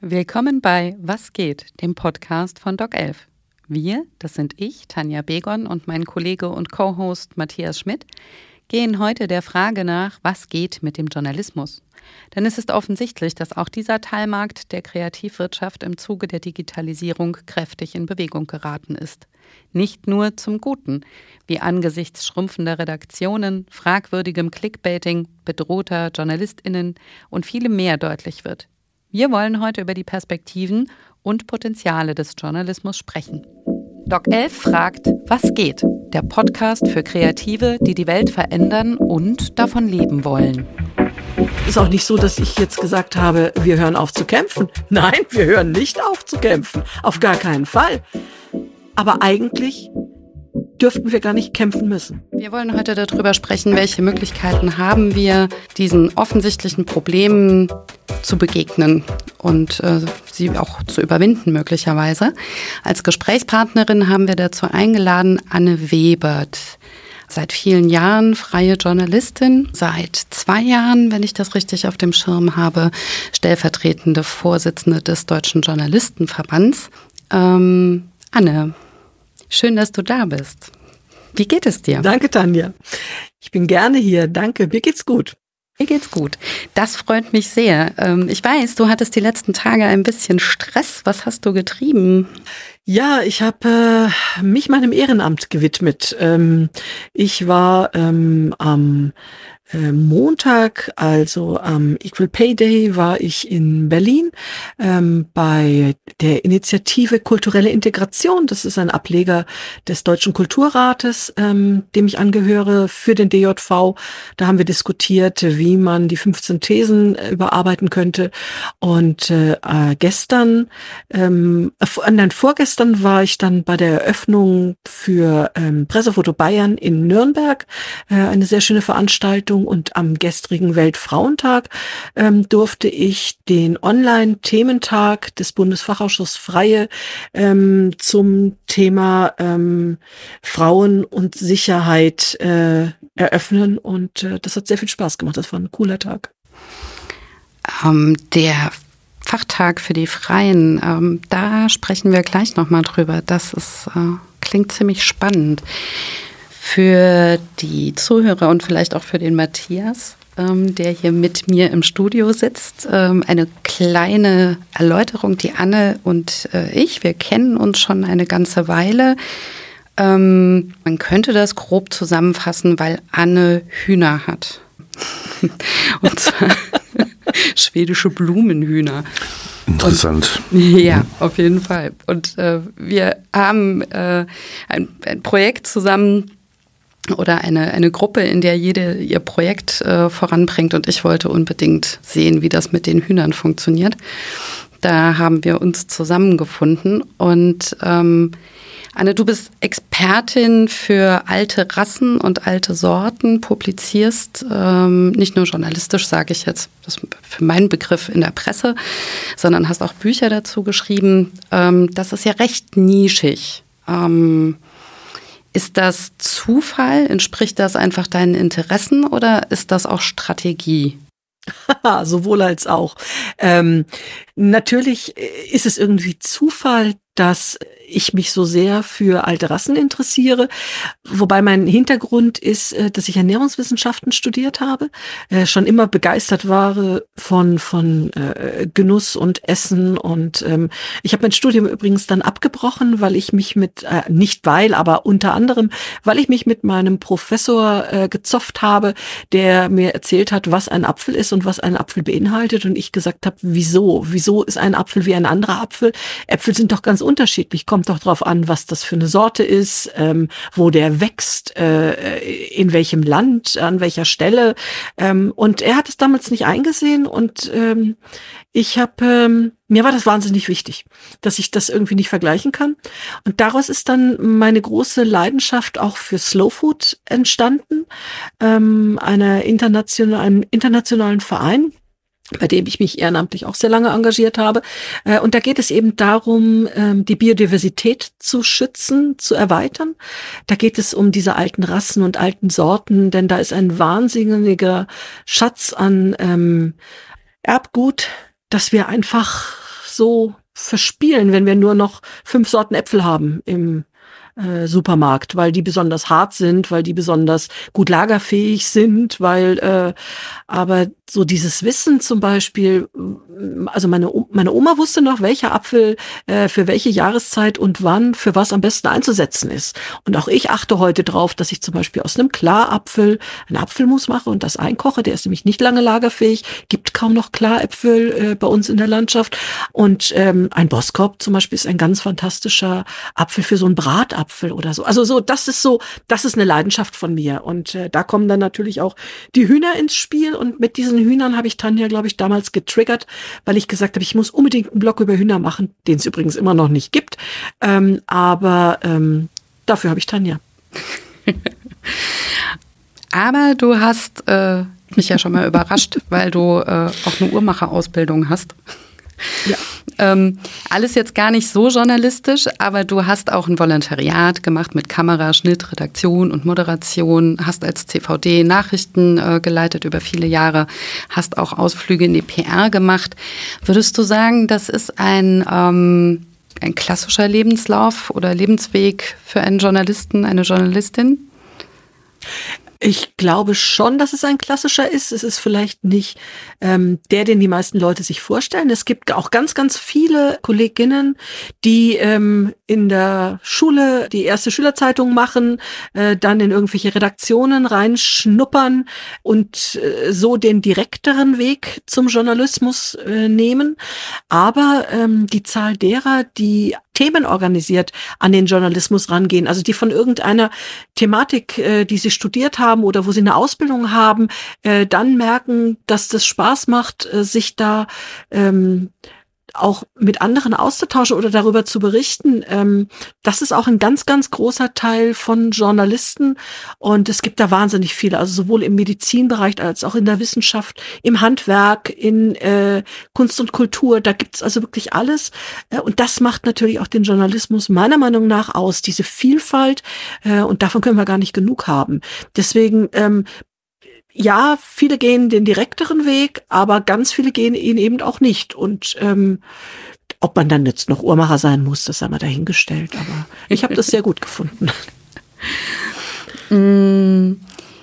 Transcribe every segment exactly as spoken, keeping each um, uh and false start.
Willkommen bei Was geht?, dem Podcast von Doc elf. Wir, das sind ich, Tanja Begon und mein Kollege und Co-Host Matthias Schmidt, gehen heute der Frage nach, was geht mit dem Journalismus? Denn es ist offensichtlich, dass auch dieser Teilmarkt der Kreativwirtschaft im Zuge der Digitalisierung kräftig in Bewegung geraten ist. Nicht nur zum Guten, wie angesichts schrumpfender Redaktionen, fragwürdigem Clickbaiting, bedrohter JournalistInnen und vielem mehr deutlich wird. Wir wollen heute über die Perspektiven und Potenziale des Journalismus sprechen. Doc elf fragt, was geht? Der Podcast für Kreative, die die Welt verändern und davon leben wollen. Es ist auch nicht so, dass ich jetzt gesagt habe, wir hören auf zu kämpfen. Nein, wir hören nicht auf zu kämpfen. Auf gar keinen Fall. Aber eigentlich dürften wir gar nicht kämpfen müssen. Wir wollen heute darüber sprechen, welche Möglichkeiten haben wir, diesen offensichtlichen Problemen zu begegnen und äh, sie auch zu überwinden möglicherweise. Als Gesprächspartnerin haben wir dazu eingeladen Anne Webert. Seit vielen Jahren freie Journalistin, seit zwei Jahren, wenn ich das richtig auf dem Schirm habe, stellvertretende Vorsitzende des Deutschen Journalistenverbands. Ähm, Anne, schön, dass du da bist. Wie geht es dir? Danke, Tanja. Ich bin gerne hier. Danke. Mir geht's gut. Mir geht's gut. Das freut mich sehr. Ich weiß, du hattest die letzten Tage ein bisschen Stress. Was hast du getrieben? Ja, ich habe äh, mich meinem Ehrenamt gewidmet. Ähm, ich war ähm, am äh, Montag, also am Equal Pay Day, war ich in Berlin ähm, bei der Initiative Kulturelle Integration. Das ist ein Ableger des Deutschen Kulturrates, ähm, dem ich angehöre, für den D J V. Da haben wir diskutiert, wie man die fünfzehn Thesen äh, überarbeiten könnte. Und äh, gestern, ähm, äh, nein, vorgestern war ich dann bei der Eröffnung für ähm, Pressefoto Bayern in Nürnberg, äh, eine sehr schöne Veranstaltung. Und am gestrigen Weltfrauentag ähm, durfte ich den Online-Thementag des Bundesfachausschusses Freie ähm, zum Thema ähm, Frauen und Sicherheit äh, eröffnen. Und äh, das hat sehr viel Spaß gemacht. Das war ein cooler Tag. Ähm, der Fachtag für die Freien, ähm, da sprechen wir gleich nochmal drüber. Das ist, äh, klingt ziemlich spannend. Für die Zuhörer und vielleicht auch für den Matthias, ähm, der hier mit mir im Studio sitzt, ähm, eine kleine Erläuterung. Die Anne und äh, ich, wir kennen uns schon eine ganze Weile. Ähm, man könnte das grob zusammenfassen, weil Anne Hühner hat. Und zwar schwedische Blumenhühner. Interessant. Und, ja, auf jeden Fall. Und äh, wir haben äh, ein, ein Projekt zusammen oder eine, eine Gruppe, in der jede ihr Projekt äh, voranbringt. Und ich wollte unbedingt sehen, wie das mit den Hühnern funktioniert. Da haben wir uns zusammengefunden. Und ähm, Anne, du bist Expertin für alte Rassen und alte Sorten, publizierst ähm, nicht nur journalistisch, sage ich jetzt, das für meinen Begriff in der Presse, sondern hast auch Bücher dazu geschrieben. Ähm, das ist ja recht nischig. Ähm, ist das Zufall? Entspricht das einfach deinen Interessen oder ist das auch Strategie? Sowohl als auch. Ähm, natürlich ist es irgendwie Zufall, dass ich mich so sehr für alte Rassen interessiere, wobei mein Hintergrund ist, dass ich Ernährungswissenschaften studiert habe, äh, schon immer begeistert war von von äh, Genuss und Essen und ähm, ich habe mein Studium übrigens dann abgebrochen, weil ich mich mit, äh, nicht weil, aber unter anderem, weil ich mich mit meinem Professor äh, gezofft habe, der mir erzählt hat, was ein Apfel ist und was ein Apfel beinhaltet und ich gesagt habe, wieso? Wieso ist ein Apfel wie ein anderer Apfel? Äpfel sind doch ganz unterschiedlich, kommt doch drauf an, was das für eine Sorte ist, ähm, wo der wächst, äh, in welchem Land, an welcher Stelle. Ähm, und er hat es damals nicht eingesehen und ähm, ich habe, ähm, mir war das wahnsinnig wichtig, dass ich das irgendwie nicht vergleichen kann. Und daraus ist dann meine große Leidenschaft auch für Slow Food entstanden, ähm, einer internationalen, einem internationalen Verein, bei dem ich mich ehrenamtlich auch sehr lange engagiert habe. Und da geht es eben darum, die Biodiversität zu schützen, zu erweitern. Da geht es um diese alten Rassen und alten Sorten, denn da ist ein wahnsinniger Schatz an ähm, Erbgut, dass wir einfach so verspielen, wenn wir nur noch fünf Sorten Äpfel haben im äh, Supermarkt, weil die besonders hart sind, weil die besonders gut lagerfähig sind, weil äh, aber so dieses Wissen zum Beispiel, also meine, meine Oma wusste noch, welcher Apfel äh, für welche Jahreszeit und wann für was am besten einzusetzen ist. Und auch ich achte heute drauf, dass ich zum Beispiel aus einem Klarapfel einen Apfelmus mache und das einkoche. Der ist nämlich nicht lange lagerfähig, gibt kaum noch Klaräpfel äh, bei uns in der Landschaft. Und ähm, ein Boskop zum Beispiel ist ein ganz fantastischer Apfel für so einen Bratapfel oder so. Also so, das ist so, das ist eine Leidenschaft von mir. Und äh, da kommen dann natürlich auch die Hühner ins Spiel. Und mit diesen Hühnern habe ich Tanja, glaube ich, damals getriggert, weil ich gesagt habe, ich muss unbedingt einen Blog über Hühner machen, den es übrigens immer noch nicht gibt. Ähm, aber ähm, dafür habe ich Tanja. Aber du hast äh, mich ja schon mal überrascht, weil du äh, auch eine Uhrmacherausbildung hast. Ja. Ähm, alles jetzt gar nicht so journalistisch, aber du hast auch ein Volontariat gemacht mit Kamera, Schnitt, Redaktion und Moderation, hast als C V D Nachrichten äh, geleitet über viele Jahre, hast auch Ausflüge in die P R gemacht. Würdest du sagen, das ist ein, ähm, ein klassischer Lebenslauf oder Lebensweg für einen Journalisten, eine Journalistin? Ich glaube schon, dass es ein klassischer ist. Es ist vielleicht nicht ähm, der, den die meisten Leute sich vorstellen. Es gibt auch ganz, ganz viele Kolleginnen, die ähm, in der Schule die erste Schülerzeitung machen, äh, dann in irgendwelche Redaktionen reinschnuppern und äh, so den direkteren Weg zum Journalismus äh, nehmen. Aber ähm, die Zahl derer, die Themen organisiert an den Journalismus rangehen, also die von irgendeiner Thematik, äh, die sie studiert haben oder wo sie eine Ausbildung haben, äh, dann merken, dass das Spaß macht, äh, sich da ähm, auch mit anderen auszutauschen oder darüber zu berichten. Ähm, das ist auch ein ganz, ganz großer Teil von Journalisten und es gibt da wahnsinnig viele, also sowohl im Medizinbereich als auch in der Wissenschaft, im Handwerk, in äh, Kunst und Kultur, da gibt's also wirklich alles äh, und das macht natürlich auch den Journalismus meiner Meinung nach aus, diese Vielfalt äh, und davon können wir gar nicht genug haben. Deswegen ähm, ja, viele gehen den direkteren Weg, aber ganz viele gehen ihn eben auch nicht. Und ähm, ob man dann jetzt noch Uhrmacher sein muss, das haben wir dahingestellt. Aber ich habe das sehr gut gefunden. In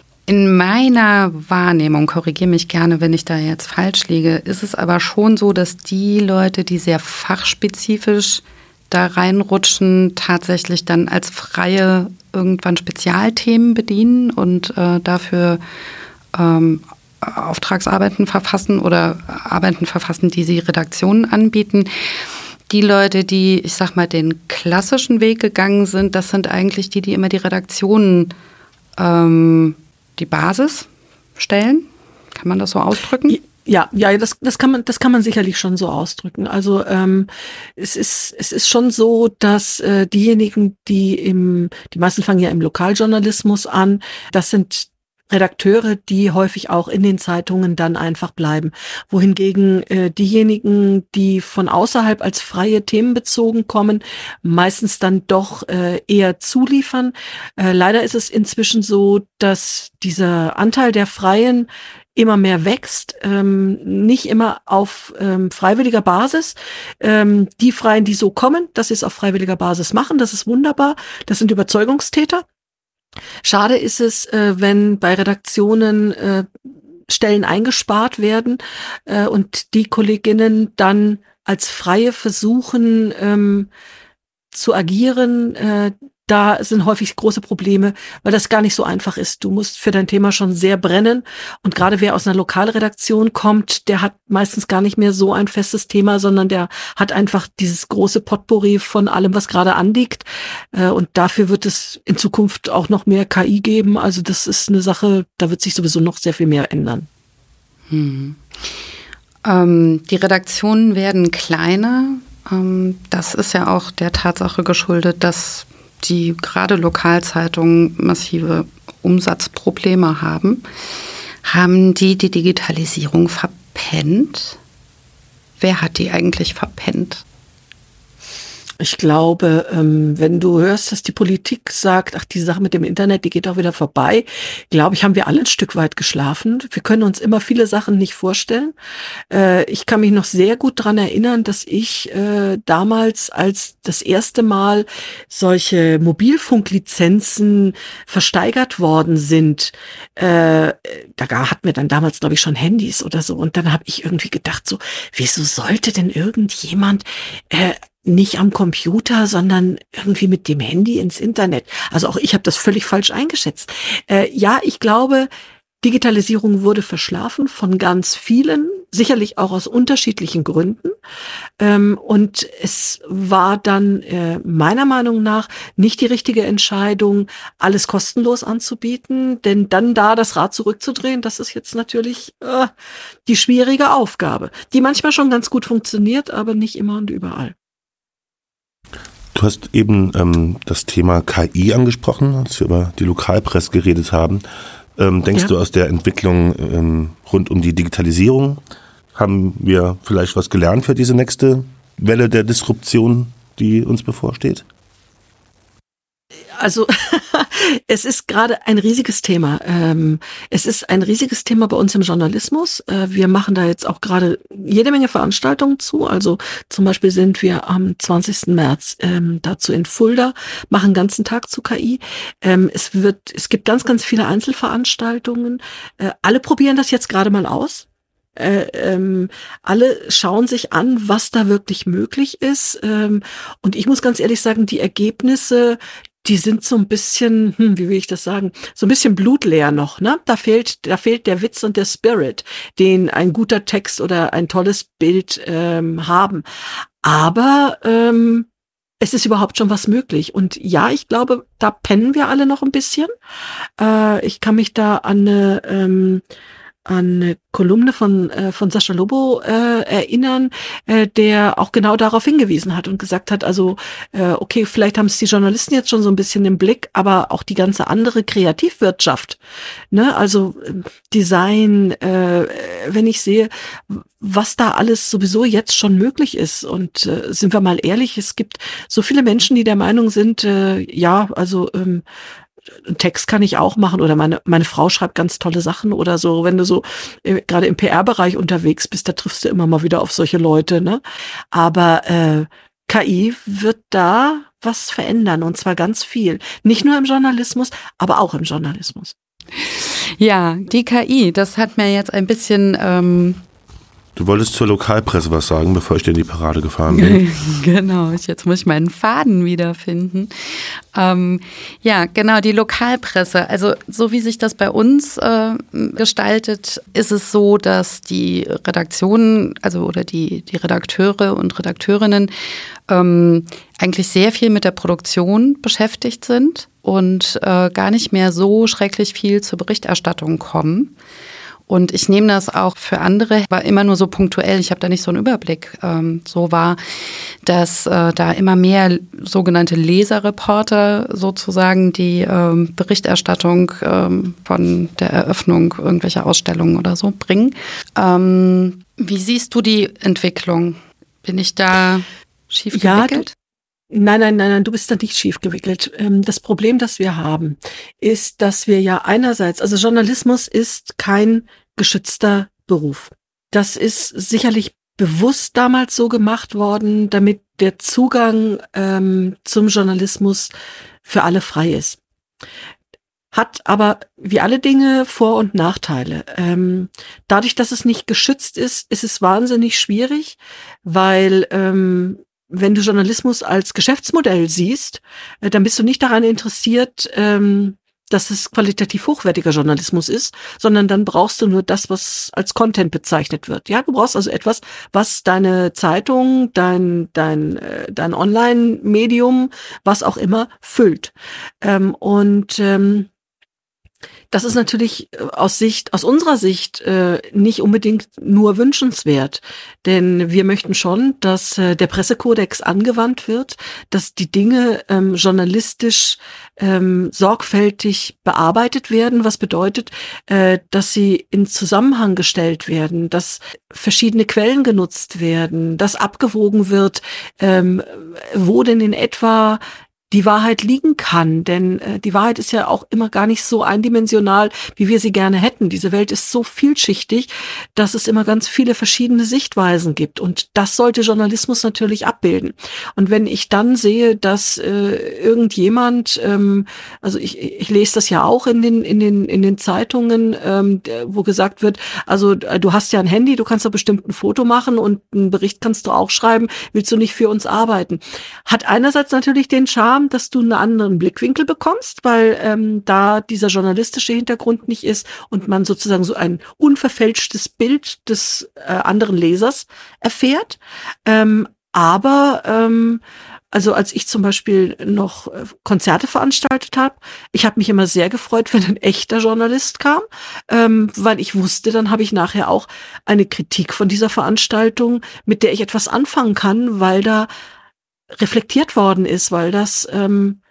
meiner Wahrnehmung, korrigiere mich gerne, wenn ich da jetzt falsch liege, ist es aber schon so, dass die Leute, die sehr fachspezifisch da reinrutschen, tatsächlich dann als Freie irgendwann Spezialthemen bedienen und äh, dafür Ähm, Auftragsarbeiten verfassen oder Arbeiten verfassen, die sie Redaktionen anbieten. Die Leute, die, ich sag mal, den klassischen Weg gegangen sind, das sind eigentlich die, die immer die Redaktionen ähm, die Basis stellen. Kann man das so ausdrücken? Ja, ja, das, das kann man, das kann man sicherlich schon so ausdrücken. Also ähm, es ist, es ist schon so, dass äh, diejenigen, die im, die meisten fangen ja im Lokaljournalismus an, das sind Redakteure, die häufig auch in den Zeitungen dann einfach bleiben. Wohingegen äh, diejenigen, die von außerhalb als freie Themen bezogen kommen, meistens dann doch äh, eher zuliefern. Äh, leider ist es inzwischen so, dass dieser Anteil der Freien immer mehr wächst, ähm, nicht immer auf ähm, freiwilliger Basis. Ähm, die Freien, die so kommen, dass sie es auf freiwilliger Basis machen, das ist wunderbar. Das sind Überzeugungstäter. Schade ist es, äh, wenn bei Redaktionen äh, Stellen eingespart werden äh, und die Kolleginnen dann als Freie versuchen ähm, zu agieren. Äh, da sind häufig große Probleme, weil das gar nicht so einfach ist. Du musst für dein Thema schon sehr brennen und gerade wer aus einer Lokalredaktion kommt, der hat meistens gar nicht mehr so ein festes Thema, sondern der hat einfach dieses große Potpourri von allem, was gerade anliegt. Und dafür wird es in Zukunft auch noch mehr K I geben. Also das ist eine Sache, da wird sich sowieso noch sehr viel mehr ändern. Hm. Ähm, die Redaktionen werden kleiner. Ähm, das ist ja auch der Tatsache geschuldet, dass die gerade Lokalzeitungen massive Umsatzprobleme haben. Haben die die Digitalisierung verpennt? Wer hat die eigentlich verpennt? Ich glaube, ähm, wenn du hörst, dass die Politik sagt, ach, die Sache mit dem Internet, die geht auch wieder vorbei, glaube ich, haben wir alle ein Stück weit geschlafen. Wir können uns immer viele Sachen nicht vorstellen. Äh, ich kann mich noch sehr gut dran erinnern, dass ich äh, damals, als das erste Mal solche Mobilfunklizenzen versteigert worden sind, äh, da hatten wir dann damals, glaube ich, schon Handys oder so. Und dann habe ich irgendwie gedacht, so, wieso sollte denn irgendjemand äh, nicht am Computer, sondern irgendwie mit dem Handy ins Internet. Also auch ich habe das völlig falsch eingeschätzt. Äh, ja, ich glaube, Digitalisierung wurde verschlafen von ganz vielen, sicherlich auch aus unterschiedlichen Gründen. Ähm, und es war dann äh, meiner Meinung nach nicht die richtige Entscheidung, alles kostenlos anzubieten, denn dann da das Rad zurückzudrehen, das ist jetzt natürlich äh, die schwierige Aufgabe, die manchmal schon ganz gut funktioniert, aber nicht immer und überall. Du hast eben ähm, das Thema K I angesprochen, als wir über die Lokalpresse geredet haben. Ähm, denkst ja. du, aus der Entwicklung ähm, rund um die Digitalisierung haben wir vielleicht was gelernt für diese nächste Welle der Disruption, die uns bevorsteht? Also es ist gerade ein riesiges Thema. Ähm, es ist ein riesiges Thema bei uns im Journalismus. Äh, wir machen da jetzt auch gerade jede Menge Veranstaltungen zu. Also zum Beispiel sind wir am zwanzigsten März ähm, dazu in Fulda, machen den ganzen Tag zu K I. Ähm, es wird, es gibt ganz, ganz viele Einzelveranstaltungen. Äh, alle probieren das jetzt gerade mal aus. Äh, ähm, alle schauen sich an, was da wirklich möglich ist. Ähm, und ich muss ganz ehrlich sagen, die Ergebnisse, die sind so ein bisschen, hm, wie will ich das sagen, so ein bisschen blutleer noch, ne? Da fehlt, da fehlt der Witz und der Spirit, den ein guter Text oder ein tolles Bild ähm, haben. Aber ähm, es ist überhaupt schon was möglich. Und ja, ich glaube, da pennen wir alle noch ein bisschen. Äh, ich kann mich da an eine ähm, an eine Kolumne von äh, von Sascha Lobo äh, erinnern, äh, der auch genau darauf hingewiesen hat und gesagt hat, also äh, okay, vielleicht haben es die Journalisten jetzt schon so ein bisschen im Blick, aber auch die ganze andere Kreativwirtschaft, ne, also äh, Design, äh, wenn ich sehe, was da alles sowieso jetzt schon möglich ist und äh, sind wir mal ehrlich, es gibt so viele Menschen, die der Meinung sind, äh, ja, also ähm, einen Text kann ich auch machen oder meine meine Frau schreibt ganz tolle Sachen oder so. Wenn du so äh, gerade im P R-Bereich unterwegs bist, da triffst du immer mal wieder auf solche Leute, ne? Aber äh, K I wird da was verändern und zwar ganz viel. Nicht nur im Journalismus, aber auch im Journalismus. Ja, die K I, das hat mir jetzt ein bisschen... Ähm Du wolltest zur Lokalpresse was sagen, bevor ich dir in die Parade gefahren bin. Genau, jetzt muss ich meinen Faden wiederfinden. Ähm, ja, genau, die Lokalpresse. Also so wie sich das bei uns äh, gestaltet, ist es so, dass die Redaktionen, also oder die, die Redakteure und Redakteurinnen ähm, eigentlich sehr viel mit der Produktion beschäftigt sind und äh, gar nicht mehr so schrecklich viel zur Berichterstattung kommen. Und ich nehme das auch für andere, war immer nur so punktuell, ich habe da nicht so einen Überblick. Ähm, so war, dass äh, da immer mehr sogenannte Leserreporter sozusagen die ähm, Berichterstattung ähm, von der Eröffnung irgendwelcher Ausstellungen oder so bringen. Ähm, wie siehst du die Entwicklung? Bin ich da schief gewickelt? Ja, Nein, nein, nein, nein, du bist da nicht schief gewickelt. Das Problem, das wir haben, ist, dass wir ja einerseits, also Journalismus ist kein geschützter Beruf. Das ist sicherlich bewusst damals so gemacht worden, damit der Zugang ähm, zum Journalismus für alle frei ist. Hat aber wie alle Dinge Vor- und Nachteile. Ähm, dadurch, dass es nicht geschützt ist, ist es wahnsinnig schwierig, weil ähm, wenn du Journalismus als Geschäftsmodell siehst, äh, dann bist du nicht daran interessiert, ähm, dass es qualitativ hochwertiger Journalismus ist, sondern dann brauchst du nur das, was als Content bezeichnet wird. Ja, du brauchst also etwas, was deine Zeitung, dein dein äh, dein Online-Medium, was auch immer, füllt. Ähm, und ähm, Das ist natürlich aus Sicht, aus unserer Sicht äh, nicht unbedingt nur wünschenswert, denn wir möchten schon, dass äh, der Pressekodex angewandt wird, dass die Dinge ähm, journalistisch ähm, sorgfältig bearbeitet werden, was bedeutet, äh, dass sie in Zusammenhang gestellt werden, dass verschiedene Quellen genutzt werden, dass abgewogen wird, ähm, wo denn in etwa die Wahrheit liegen kann, denn äh, die Wahrheit ist ja auch immer gar nicht so eindimensional, wie wir sie gerne hätten. Diese Welt ist so vielschichtig, dass es immer ganz viele verschiedene Sichtweisen gibt und das sollte Journalismus natürlich abbilden. Und wenn ich dann sehe, dass äh, irgendjemand, ähm, also ich, ich lese das ja auch in den in den in den Zeitungen, ähm, wo gesagt wird, also äh, du hast ja ein Handy, du kannst doch bestimmt ein Foto machen und einen Bericht kannst du auch schreiben, willst du nicht für uns arbeiten? Hat einerseits natürlich den Charme, dass du einen anderen Blickwinkel bekommst, weil ähm, da dieser journalistische Hintergrund nicht ist und man sozusagen so ein unverfälschtes Bild des äh, anderen Lesers erfährt. Ähm, aber ähm, also als ich zum Beispiel noch äh, Konzerte veranstaltet habe, ich habe mich immer sehr gefreut, wenn ein echter Journalist kam, ähm, weil ich wusste, dann habe ich nachher auch eine Kritik von dieser Veranstaltung, mit der ich etwas anfangen kann, weil da reflektiert worden ist, weil das ähm,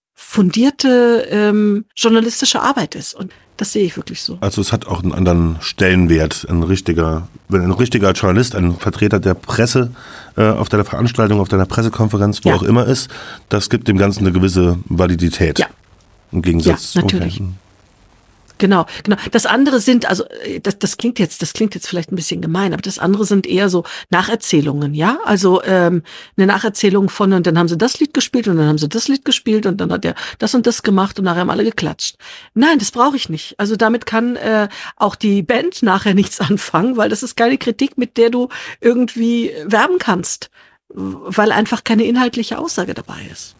fundierte ähm, journalistische Arbeit ist. Und das sehe ich wirklich so. Also es hat auch einen anderen Stellenwert. Ein richtiger, wenn ein richtiger Journalist, ein Vertreter der Presse äh, auf deiner Veranstaltung, auf deiner Pressekonferenz, wo ja. auch immer ist, das gibt dem Ganzen eine gewisse Validität. Ja. Im Gegensatz. Ja, natürlich. Okay. Genau, genau. Das andere sind, also das, das klingt jetzt, das klingt jetzt vielleicht ein bisschen gemein, aber das andere sind eher so Nacherzählungen, ja. Also ähm, eine Nacherzählung von und dann haben sie das Lied gespielt und dann haben sie das Lied gespielt und dann hat er das und das gemacht und nachher haben alle geklatscht. Nein, das brauche ich nicht. Also damit kann äh, auch die Band nachher nichts anfangen, weil das ist keine Kritik, mit der du irgendwie werben kannst, weil einfach keine inhaltliche Aussage dabei ist.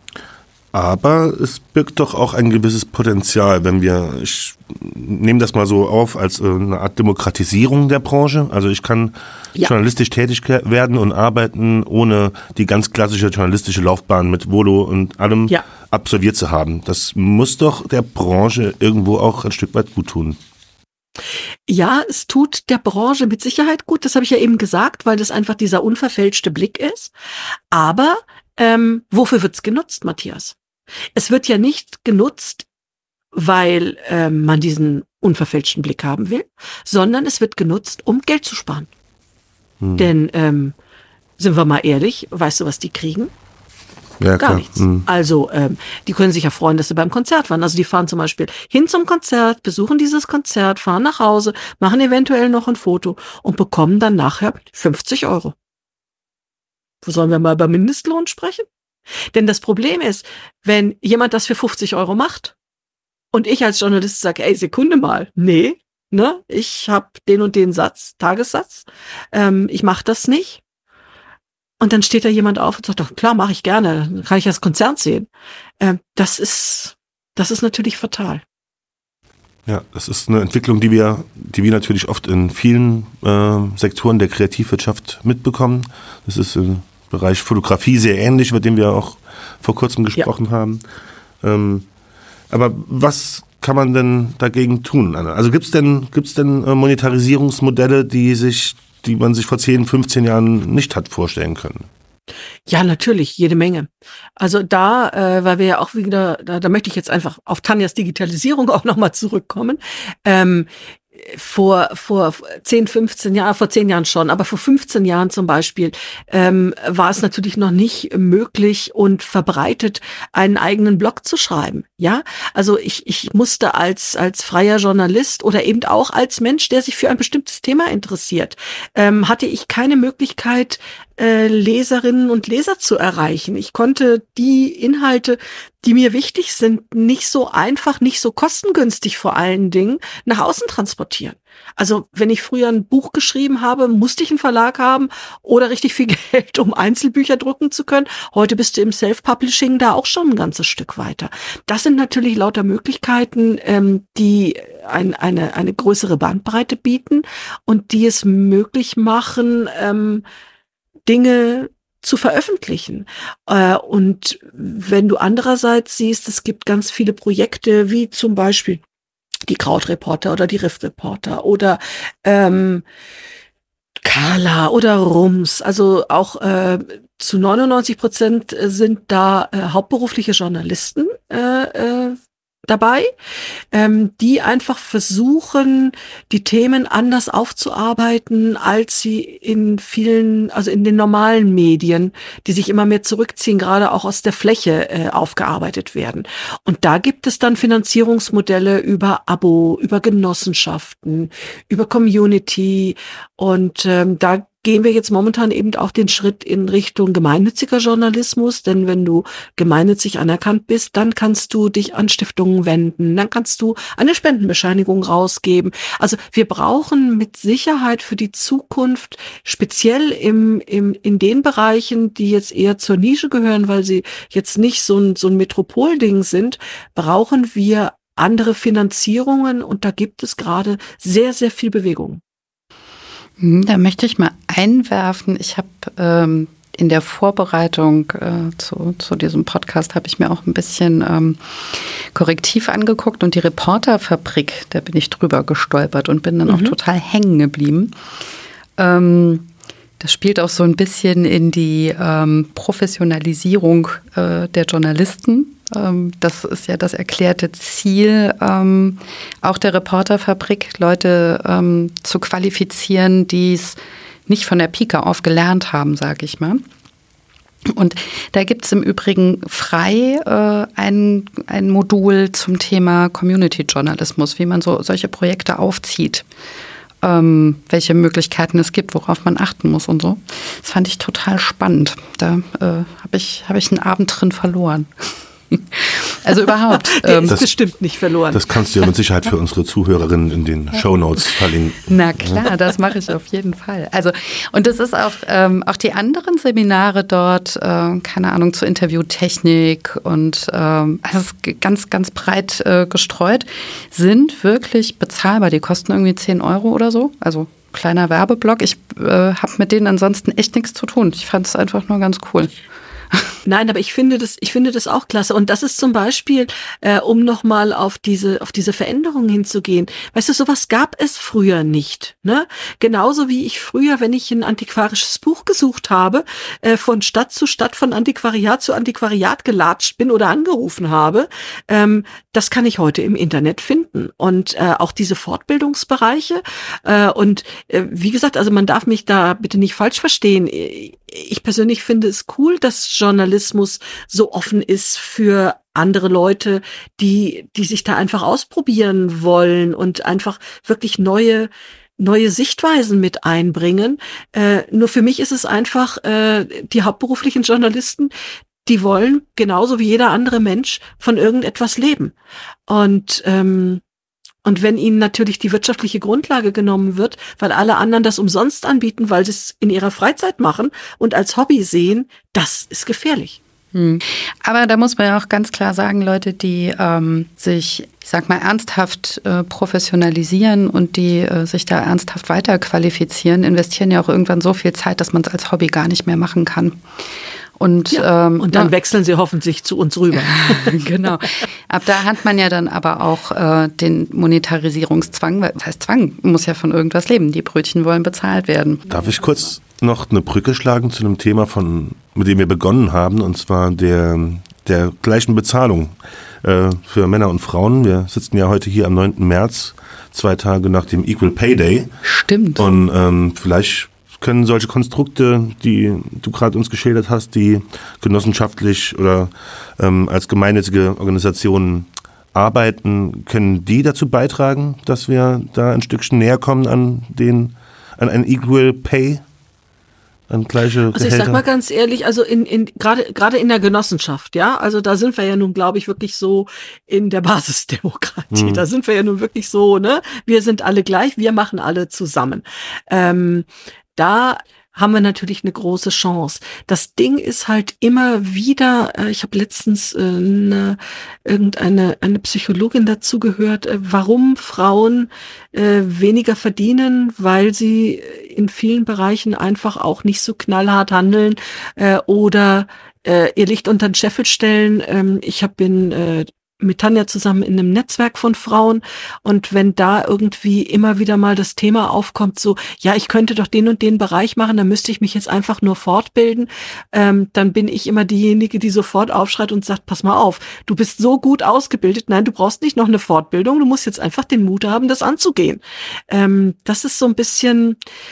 Aber es birgt doch auch ein gewisses Potenzial, wenn wir, ich nehme das mal so auf als eine Art Demokratisierung der Branche. Also ich kann ja. journalistisch tätig werden und arbeiten, ohne die ganz klassische journalistische Laufbahn mit Volo und allem ja. absolviert zu haben. Das muss doch der Branche irgendwo auch ein Stück weit gut tun. Ja, es tut der Branche mit Sicherheit gut. Das habe ich ja eben gesagt, weil das einfach dieser unverfälschte Blick ist. Aber ähm, wofür wird's genutzt, Matthias? Es wird ja nicht genutzt, weil ähm, man diesen unverfälschten Blick haben will, sondern es wird genutzt, um Geld zu sparen. Hm. Denn, ähm, sind wir mal ehrlich, weißt du, was die kriegen? Ja, Gar klar. nichts. Hm. Also, ähm, die können sich ja freuen, dass sie beim Konzert waren. Also die fahren zum Beispiel hin zum Konzert, besuchen dieses Konzert, fahren nach Hause, machen eventuell noch ein Foto und bekommen dann nachher fünfzig Euro. Wo sollen wir mal über Mindestlohn sprechen? Denn das Problem ist, wenn jemand das für fünfzig Euro macht und ich als Journalist sage, ey, Sekunde mal, nee, ne, ich habe den und den Satz, Tagessatz, ähm, ich mache das nicht. Und dann steht da jemand auf und sagt, doch klar, mache ich gerne, dann kann ich das Konzert sehen. Ähm, das ist, das ist natürlich fatal. Ja, das ist eine Entwicklung, die wir, die wir natürlich oft in vielen äh, Sektoren der Kreativwirtschaft mitbekommen. Das ist im Bereich Fotografie sehr ähnlich, mit dem wir auch vor kurzem gesprochen ja. haben. Ähm, aber was kann man denn dagegen tun, Anna? Also gibt's denn, gibt's denn äh, Monetarisierungsmodelle, die sich, die man sich vor zehn, fünfzehn Jahren nicht hat vorstellen können? Ja, natürlich, jede Menge. Also da, äh, weil wir ja auch wieder, da, da möchte ich jetzt einfach auf Tanjas Digitalisierung auch nochmal zurückkommen. Ähm, vor vor zehn, fünfzehn Jahren, vor zehn Jahren schon, aber vor fünfzehn Jahren zum Beispiel ähm, war es natürlich noch nicht möglich und verbreitet, einen eigenen Blog zu schreiben. Ja, also ich ich musste als als freier Journalist oder eben auch als Mensch, der sich für ein bestimmtes Thema interessiert, ähm, hatte ich keine Möglichkeit, äh, Leserinnen und Leser zu erreichen. Ich konnte die Inhalte, die mir wichtig sind, nicht so einfach, nicht so kostengünstig vor allen Dingen nach außen transportieren. Also wenn ich früher ein Buch geschrieben habe, musste ich einen Verlag haben oder richtig viel Geld, um Einzelbücher drucken zu können. Heute bist du im Self-Publishing da auch schon ein ganzes Stück weiter. Das sind natürlich lauter Möglichkeiten, ähm, die ein, eine, eine größere Bandbreite bieten und die es möglich machen, ähm, Dinge zu veröffentlichen. Äh, und wenn du andererseits siehst, es gibt ganz viele Projekte, wie zum Beispiel die Krautreporter oder die Riff-Reporter oder ähm, Carla oder Rums, also auch äh, zu neunundneunzig Prozent sind da äh, hauptberufliche Journalisten äh, äh, dabei, ähm, die einfach versuchen, die Themen anders aufzuarbeiten, als sie in vielen, also in den normalen Medien, die sich immer mehr zurückziehen, gerade auch aus der Fläche äh, aufgearbeitet werden. Und da gibt es dann Finanzierungsmodelle über Abo, über Genossenschaften, über Community und ähm, da gehen wir jetzt momentan eben auch den Schritt in Richtung gemeinnütziger Journalismus, denn wenn du gemeinnützig anerkannt bist, dann kannst du dich an Stiftungen wenden, dann kannst du eine Spendenbescheinigung rausgeben. Also wir brauchen mit Sicherheit für die Zukunft, speziell im, im, in den Bereichen, die jetzt eher zur Nische gehören, weil sie jetzt nicht so ein, so ein Metropolding sind, brauchen wir andere Finanzierungen und da gibt es gerade sehr, sehr viel Bewegung. Da möchte ich mal einwerfen, ich habe ähm, in der Vorbereitung äh, zu, zu diesem Podcast habe ich mir auch ein bisschen ähm, Korrektiv angeguckt und die Reporterfabrik, da bin ich drüber gestolpert und bin dann mhm. auch total hängen geblieben. Ähm, das spielt auch so ein bisschen in die ähm, Professionalisierung äh, der Journalisten. Das ist ja das erklärte Ziel, ähm, auch der Reporterfabrik, Leute ähm, zu qualifizieren, die es nicht von der Pike auf gelernt haben, sage ich mal. Und da gibt es im Übrigen frei äh, ein, ein Modul zum Thema Community-Journalismus, wie man so solche Projekte aufzieht, ähm, welche Möglichkeiten es gibt, worauf man achten muss und so. Das fand ich total spannend. Da äh, habe ich, hab ich einen Abend drin verloren. Also überhaupt. Der ist bestimmt nicht verloren. Das kannst du ja mit Sicherheit für unsere Zuhörerinnen in den Shownotes verlinken. Na klar, das mache ich auf jeden Fall. Also, und das ist auch, ähm, auch die anderen Seminare dort, äh, keine Ahnung, zur Interviewtechnik und ähm, also es ist ganz, ganz breit äh, gestreut, sind wirklich bezahlbar. Die kosten irgendwie zehn Euro oder so. Also kleiner Werbeblock. Ich äh, habe mit denen ansonsten echt nichts zu tun. Ich fand es einfach nur ganz cool. Nein, aber ich finde das, ich finde das auch klasse. Und das ist zum Beispiel, äh, um nochmal auf diese, auf diese Veränderungen hinzugehen. Weißt du, sowas gab es früher nicht, ne? Genauso wie ich früher, wenn ich ein antiquarisches Buch gesucht habe, äh, von Stadt zu Stadt, von Antiquariat zu Antiquariat gelatscht bin oder angerufen habe. Ähm, das kann ich heute im Internet finden. Und äh, auch diese Fortbildungsbereiche. Äh, und äh, wie gesagt, also man darf mich da bitte nicht falsch verstehen. Ich persönlich finde es cool, dass Journalismus so offen ist für andere Leute, die, die sich da einfach ausprobieren wollen und einfach wirklich neue, neue Sichtweisen mit einbringen. Äh, nur für mich ist es einfach, äh, die hauptberuflichen Journalisten, die wollen genauso wie jeder andere Mensch von irgendetwas leben. Und, ähm, Und wenn ihnen natürlich die wirtschaftliche Grundlage genommen wird, weil alle anderen das umsonst anbieten, weil sie es in ihrer Freizeit machen und als Hobby sehen, das ist gefährlich. Hm. Aber da muss man ja auch ganz klar sagen, Leute, die ähm, sich, ich sag mal, ernsthaft äh, professionalisieren und die äh, sich da ernsthaft weiterqualifizieren, investieren ja auch irgendwann so viel Zeit, dass man es als Hobby gar nicht mehr machen kann. Und, ja, ähm, und dann ja. wechseln sie hoffentlich zu uns rüber. Genau. Ab da hat man ja dann aber auch äh, den Monetarisierungszwang. Das heißt, Zwang muss ja von irgendwas leben. Die Brötchen wollen bezahlt werden. Darf ich kurz noch eine Brücke schlagen zu einem Thema, von, mit dem wir begonnen haben, und zwar der, der gleichen Bezahlung äh, für Männer und Frauen. Wir sitzen ja heute hier am neunten März, zwei Tage nach dem Equal Pay Day. Stimmt. Und ähm, vielleicht können solche Konstrukte, die du gerade uns geschildert hast, die genossenschaftlich oder ähm, als gemeinnützige Organisationen arbeiten, können die dazu beitragen, dass wir da ein Stückchen näher kommen an den, an ein Equal Pay, an gleiche Gehälter? Also ich sag mal ganz ehrlich, also in, in gerade gerade in der Genossenschaft, ja, also da sind wir ja nun, glaube ich, wirklich so in der Basisdemokratie. Hm. Da sind wir ja nun wirklich so, ne? Wir sind alle gleich, wir machen alle zusammen. Ähm, Da haben wir natürlich eine große Chance. Das Ding ist halt immer wieder, äh, ich habe letztens äh, eine, irgendeine eine Psychologin dazu gehört, äh, warum Frauen äh, weniger verdienen, weil sie in vielen Bereichen einfach auch nicht so knallhart handeln äh, oder äh, ihr Licht unter den Scheffel stellen. Ähm, ich habe in äh, mit Tanja zusammen in einem Netzwerk von Frauen und wenn da irgendwie immer wieder mal das Thema aufkommt, so, ja, ich könnte doch den und den Bereich machen, dann müsste ich mich jetzt einfach nur fortbilden, ähm, dann bin ich immer diejenige, die sofort aufschreit und sagt, pass mal auf, du bist so gut ausgebildet, nein, du brauchst nicht noch eine Fortbildung, du musst jetzt einfach den Mut haben, das anzugehen. Ähm, das ist so ein bisschen...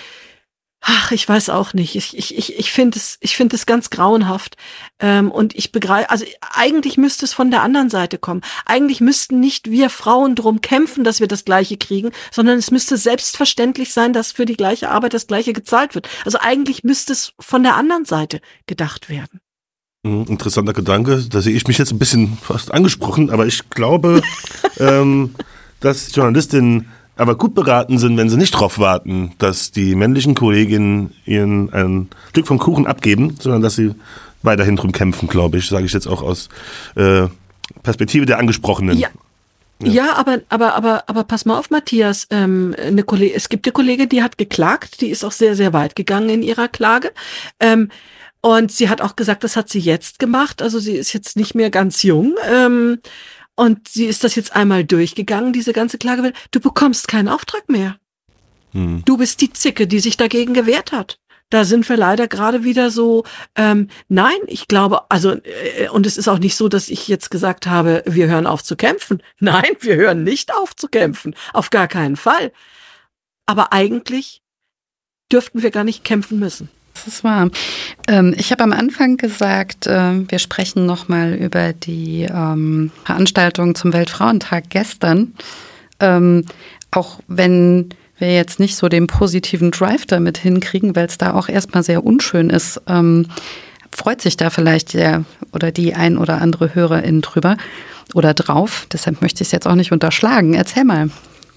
Ach, ich weiß auch nicht. Ich, ich, ich, ich finde es, ich finde es ganz grauenhaft. Ähm, und ich begreife, also eigentlich müsste es von der anderen Seite kommen. Eigentlich müssten nicht wir Frauen drum kämpfen, dass wir das Gleiche kriegen, sondern es müsste selbstverständlich sein, dass für die gleiche Arbeit das Gleiche gezahlt wird. Also eigentlich müsste es von der anderen Seite gedacht werden. Interessanter Gedanke. Da sehe ich mich jetzt ein bisschen fast angesprochen, aber ich glaube, ähm, dass Journalistinnen aber gut beraten sind, wenn sie nicht darauf warten, dass die männlichen Kolleginnen ihnen ein Stück vom Kuchen abgeben, sondern dass sie weiterhin drum kämpfen, glaube ich, sage ich jetzt auch aus äh, Perspektive der Angesprochenen. Ja. Ja, ja aber, aber, aber, aber pass mal auf, Matthias, ähm, eine Kollegin, es gibt eine Kollegin, die hat geklagt, die ist auch sehr, sehr weit gegangen in ihrer Klage, ähm, und sie hat auch gesagt, das hat sie jetzt gemacht, also sie ist jetzt nicht mehr ganz jung, ähm, und sie ist das jetzt einmal durchgegangen, diese ganze Klage. Du bekommst keinen Auftrag mehr. Hm. Du bist die Zicke, die sich dagegen gewehrt hat. Da sind wir leider gerade wieder so, ähm, nein, ich glaube, also, äh, und es ist auch nicht so, dass ich jetzt gesagt habe, wir hören auf zu kämpfen. Nein, wir hören nicht auf zu kämpfen. Auf gar keinen Fall. Aber eigentlich dürften wir gar nicht kämpfen müssen. Das ist wahr. Ähm, ich habe am Anfang gesagt, äh, wir sprechen nochmal über die ähm, Veranstaltung zum Weltfrauentag gestern. Ähm, auch wenn wir jetzt nicht so den positiven Drive damit hinkriegen, weil es da auch erstmal sehr unschön ist, ähm, freut sich da vielleicht der oder die ein oder andere Hörerin drüber oder drauf. Deshalb möchte ich es jetzt auch nicht unterschlagen. Erzähl mal,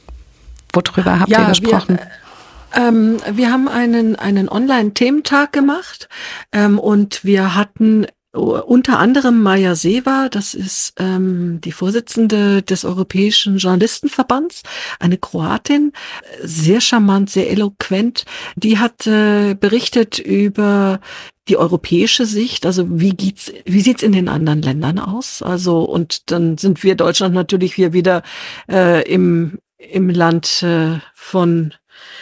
worüber habt ja, ihr gesprochen? Wir, Ähm, wir haben einen, einen Online-Thementag gemacht ähm, und wir hatten unter anderem Maja Sewa, das ist ähm, die Vorsitzende des Europäischen Journalistenverbands, eine Kroatin, sehr charmant, sehr eloquent. Die hat äh, berichtet über die europäische Sicht, also wie geht's, wie sieht's in den anderen Ländern aus? Also und dann sind wir Deutschland natürlich hier wieder äh, im im Land äh, von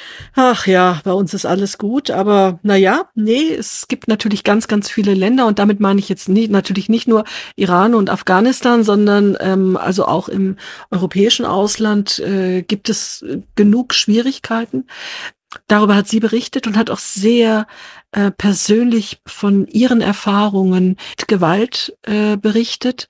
Ach ja, bei uns ist alles gut, aber na ja, nee, es gibt natürlich ganz, ganz viele Länder und damit meine ich jetzt nie, natürlich nicht nur Iran und Afghanistan, sondern ähm, also auch im europäischen Ausland äh, gibt es genug Schwierigkeiten. Darüber hat sie berichtet und hat auch sehr äh, persönlich von ihren Erfahrungen mit Gewalt äh, berichtet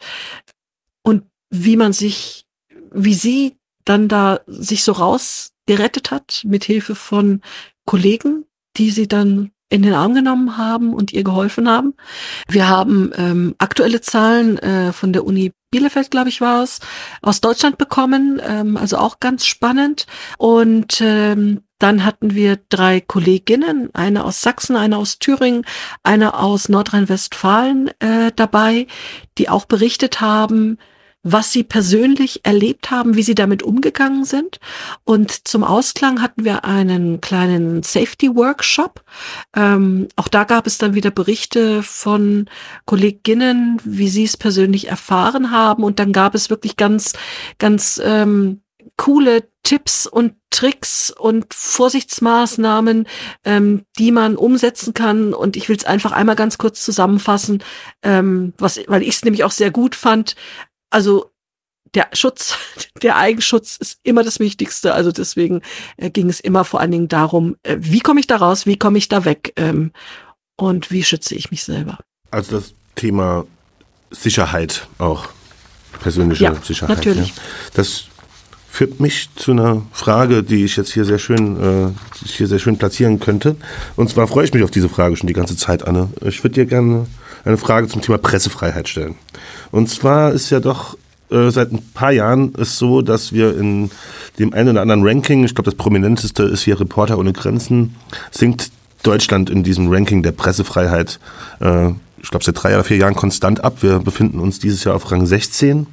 und wie man sich, wie sie dann da sich so raus gerettet hat, mit Hilfe von Kollegen, die sie dann in den Arm genommen haben und ihr geholfen haben. Wir haben ähm, aktuelle Zahlen äh, von der Uni Bielefeld, glaube ich, war es, aus Deutschland bekommen, ähm, also auch ganz spannend. Und ähm, dann hatten wir drei Kolleginnen, eine aus Sachsen, eine aus Thüringen, eine aus Nordrhein-Westfalen äh, dabei, die auch berichtet haben, was sie persönlich erlebt haben, wie sie damit umgegangen sind. Und zum Ausklang hatten wir einen kleinen Safety-Workshop. Ähm, auch da gab es dann wieder Berichte von Kolleginnen, wie sie es persönlich erfahren haben. Und dann gab es wirklich ganz, ganz ähm, coole Tipps und Tricks und Vorsichtsmaßnahmen, ähm, die man umsetzen kann. Und ich will es einfach einmal ganz kurz zusammenfassen, ähm, was, weil ich es nämlich auch sehr gut fand. Also der Schutz, der Eigenschutz ist immer das Wichtigste. Also deswegen äh, ging es immer vor allen Dingen darum, äh, wie komme ich da raus, wie komme ich da weg ähm, und wie schütze ich mich selber. Also das Thema Sicherheit auch, persönliche ja, Sicherheit. Natürlich. Ja. Das führt mich zu einer Frage, die ich jetzt hier sehr schön, äh, die ich hier sehr schön platzieren könnte. Und zwar freue ich mich auf diese Frage schon die ganze Zeit, Anne. Ich würde dir gerne eine Frage zum Thema Pressefreiheit stellen. Und zwar ist ja doch äh, seit ein paar Jahren es so, dass wir in dem einen oder anderen Ranking, ich glaube das prominenteste ist hier Reporter ohne Grenzen, sinkt Deutschland in diesem Ranking der Pressefreiheit, äh, ich glaube seit drei oder vier Jahren konstant ab. Wir befinden uns dieses Jahr auf Rang sechzehn.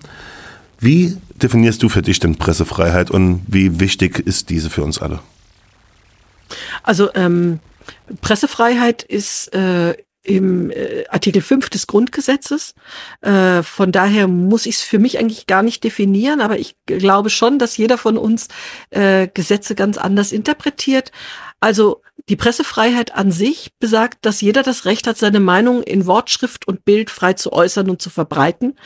Wie definierst du für dich denn Pressefreiheit und wie wichtig ist diese für uns alle? Also ähm, Pressefreiheit ist äh, im äh, Artikel fünf des Grundgesetzes. Äh, von daher muss ich es für mich eigentlich gar nicht definieren, aber ich glaube schon, dass jeder von uns äh, Gesetze ganz anders interpretiert. Also die Pressefreiheit an sich besagt, dass jeder das Recht hat, seine Meinung in Wort, Schrift und Bild frei zu äußern und zu verbreiten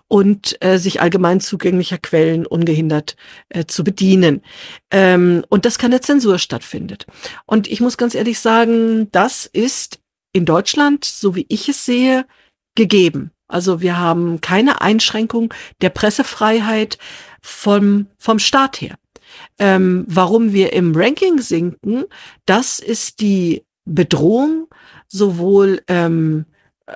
und äh, sich allgemein zugänglicher Quellen ungehindert äh, zu bedienen. Ähm, und dass keine Zensur stattfindet. Und ich muss ganz ehrlich sagen, das ist in Deutschland, so wie ich es sehe, gegeben. Also wir haben keine Einschränkung der Pressefreiheit vom, vom Staat her. Ähm, warum wir im Ranking sinken, das ist die Bedrohung sowohl ähm, äh,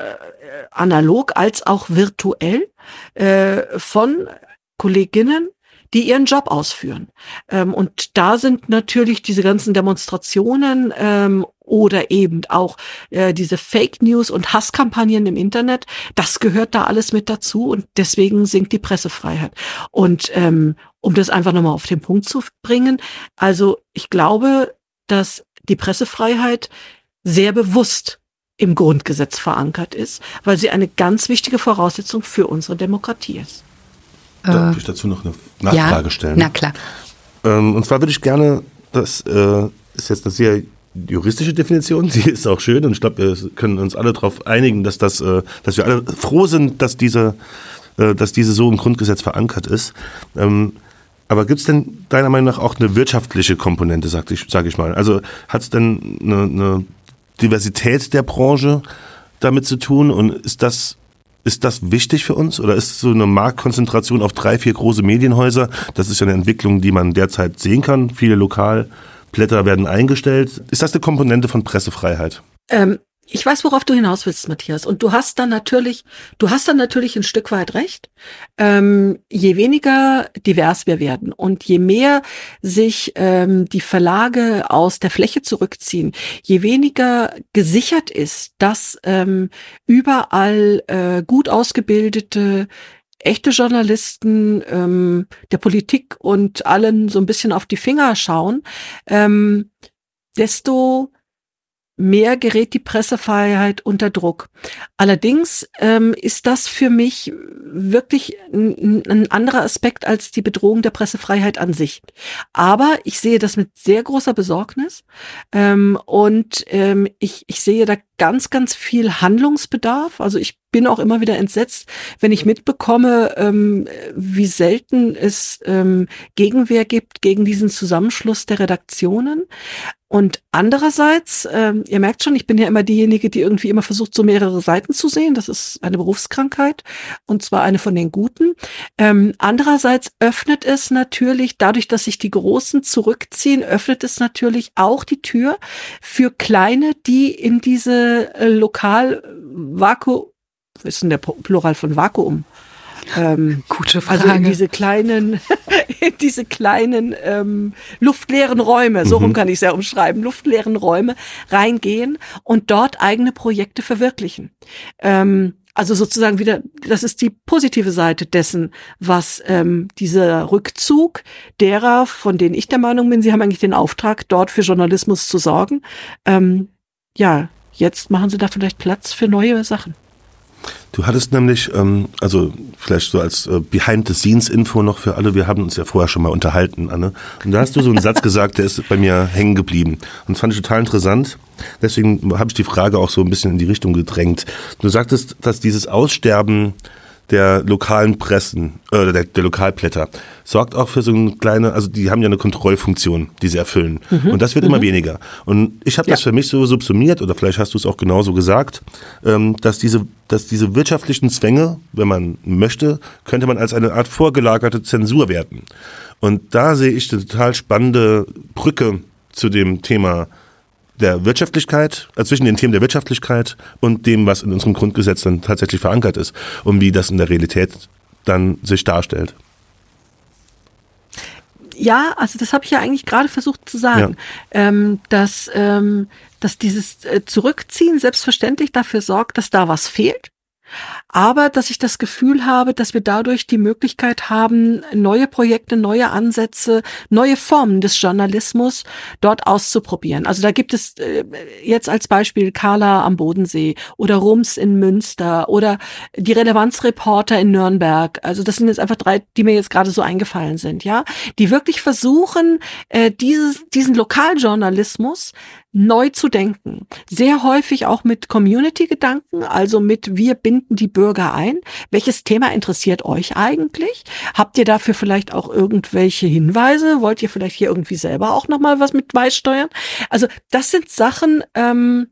analog als auch virtuell äh, von Kolleginnen, die ihren Job ausführen. Ähm, und da sind natürlich diese ganzen Demonstrationen ähm, oder eben auch äh, diese Fake News und Hasskampagnen im Internet, das gehört da alles mit dazu und deswegen sinkt die Pressefreiheit. Und ähm, um das einfach nochmal auf den Punkt zu bringen, also ich glaube, dass die Pressefreiheit sehr bewusst im Grundgesetz verankert ist, weil sie eine ganz wichtige Voraussetzung für unsere Demokratie ist. Darf ich dazu noch eine Nachfrage ja, stellen? Na klar. Ähm, und zwar würde ich gerne, das äh, ist jetzt eine sehr juristische Definition, die ist auch schön und ich glaube, wir können uns alle darauf einigen, dass das, äh, dass wir alle froh sind, dass diese, äh, dass diese so im Grundgesetz verankert ist. Ähm, aber gibt es denn deiner Meinung nach auch eine wirtschaftliche Komponente, sag ich, sag ich mal? Also hat es denn eine, eine Diversität der Branche damit zu tun und ist das Ist das wichtig für uns oder ist so eine Marktkonzentration auf drei, vier große Medienhäuser, das ist ja eine Entwicklung, die man derzeit sehen kann, viele Lokalblätter werden eingestellt. Ist das eine Komponente von Pressefreiheit? Ähm, ich weiß, worauf du hinaus willst, Matthias. Und du hast dann natürlich, du hast dann natürlich ein Stück weit recht. Ähm, je weniger divers wir werden und je mehr sich ähm, die Verlage aus der Fläche zurückziehen, je weniger gesichert ist, dass ähm, überall äh, gut ausgebildete echte Journalisten ähm, der Politik und allen so ein bisschen auf die Finger schauen, ähm, desto mehr gerät die Pressefreiheit unter Druck. Allerdings ähm, ist das für mich wirklich ein, ein anderer Aspekt als die Bedrohung der Pressefreiheit an sich. Aber ich sehe das mit sehr großer Besorgnis ähm, und ähm, ich, ich sehe da ganz, ganz viel Handlungsbedarf. Also ich bin auch immer wieder entsetzt, wenn ich mitbekomme, ähm, wie selten es ähm, Gegenwehr gibt gegen diesen Zusammenschluss der Redaktionen. Und andererseits, ähm, ihr merkt schon, ich bin ja immer diejenige, die irgendwie immer versucht, so mehrere Seiten zu sehen. Das ist eine Berufskrankheit und zwar eine von den guten. Ähm, andererseits öffnet es natürlich, dadurch, dass sich die Großen zurückziehen, öffnet es natürlich auch die Tür für Kleine, die in diese äh, Lokal-Vakuum, was ist denn der Plural von Vakuum? Ähm, Gute Frage. Also in diese kleinen, in diese kleinen ähm, luftleeren Räume, so Mhm. rum kann ich es ja umschreiben, luftleeren Räume reingehen und dort eigene Projekte verwirklichen. Ähm, also sozusagen wieder, das ist die positive Seite dessen, was ähm, dieser Rückzug derer, von denen ich der Meinung bin, sie haben eigentlich den Auftrag, dort für Journalismus zu sorgen. Ähm, ja, jetzt machen sie da vielleicht Platz für neue Sachen. Du hattest nämlich, ähm, also vielleicht so als äh, Behind-the-Scenes-Info noch für alle, wir haben uns ja vorher schon mal unterhalten, Anne. Und da hast du so einen Satz gesagt, der ist bei mir hängen geblieben. Und das fand ich total interessant. Deswegen habe ich die Frage auch so ein bisschen in die Richtung gedrängt. Du sagtest, dass dieses Aussterben der lokalen Pressen, äh, der, der Lokalblätter, sorgt auch für so eine kleine, also die haben ja eine Kontrollfunktion, die sie erfüllen. Mhm. Und das wird mhm. immer weniger. Und ich habe das ja. für mich so subsumiert, oder vielleicht hast du es auch genauso gesagt, ähm, dass diese, dass diese wirtschaftlichen Zwänge, wenn man möchte, könnte man als eine Art vorgelagerte Zensur werten. Und da sehe ich eine total spannende Brücke zu dem Thema der Wirtschaftlichkeit, äh, zwischen den Themen der Wirtschaftlichkeit und dem, was in unserem Grundgesetz dann tatsächlich verankert ist und wie das in der Realität dann sich darstellt. Ja, also das habe ich ja eigentlich gerade versucht zu sagen, ja. ähm, dass, ähm, dass dieses äh, Zurückziehen selbstverständlich dafür sorgt, dass da was fehlt. aber dass ich das Gefühl habe, dass wir dadurch die Möglichkeit haben, neue Projekte, neue Ansätze, neue Formen des Journalismus dort auszuprobieren. Also da gibt es äh, jetzt als Beispiel Carla am Bodensee oder Rums in Münster oder die Relevanzreporter in Nürnberg. Also das sind jetzt einfach drei, die mir jetzt gerade so eingefallen sind, ja, die wirklich versuchen, äh, dieses, diesen Lokaljournalismus neu zu denken. Sehr häufig auch mit Community-Gedanken, also mit wir binden die Bürger ein. Welches Thema interessiert euch eigentlich? Habt ihr dafür vielleicht auch irgendwelche Hinweise? Wollt ihr vielleicht hier irgendwie selber auch nochmal was mit beisteuern? Also das sind Sachen, ähm,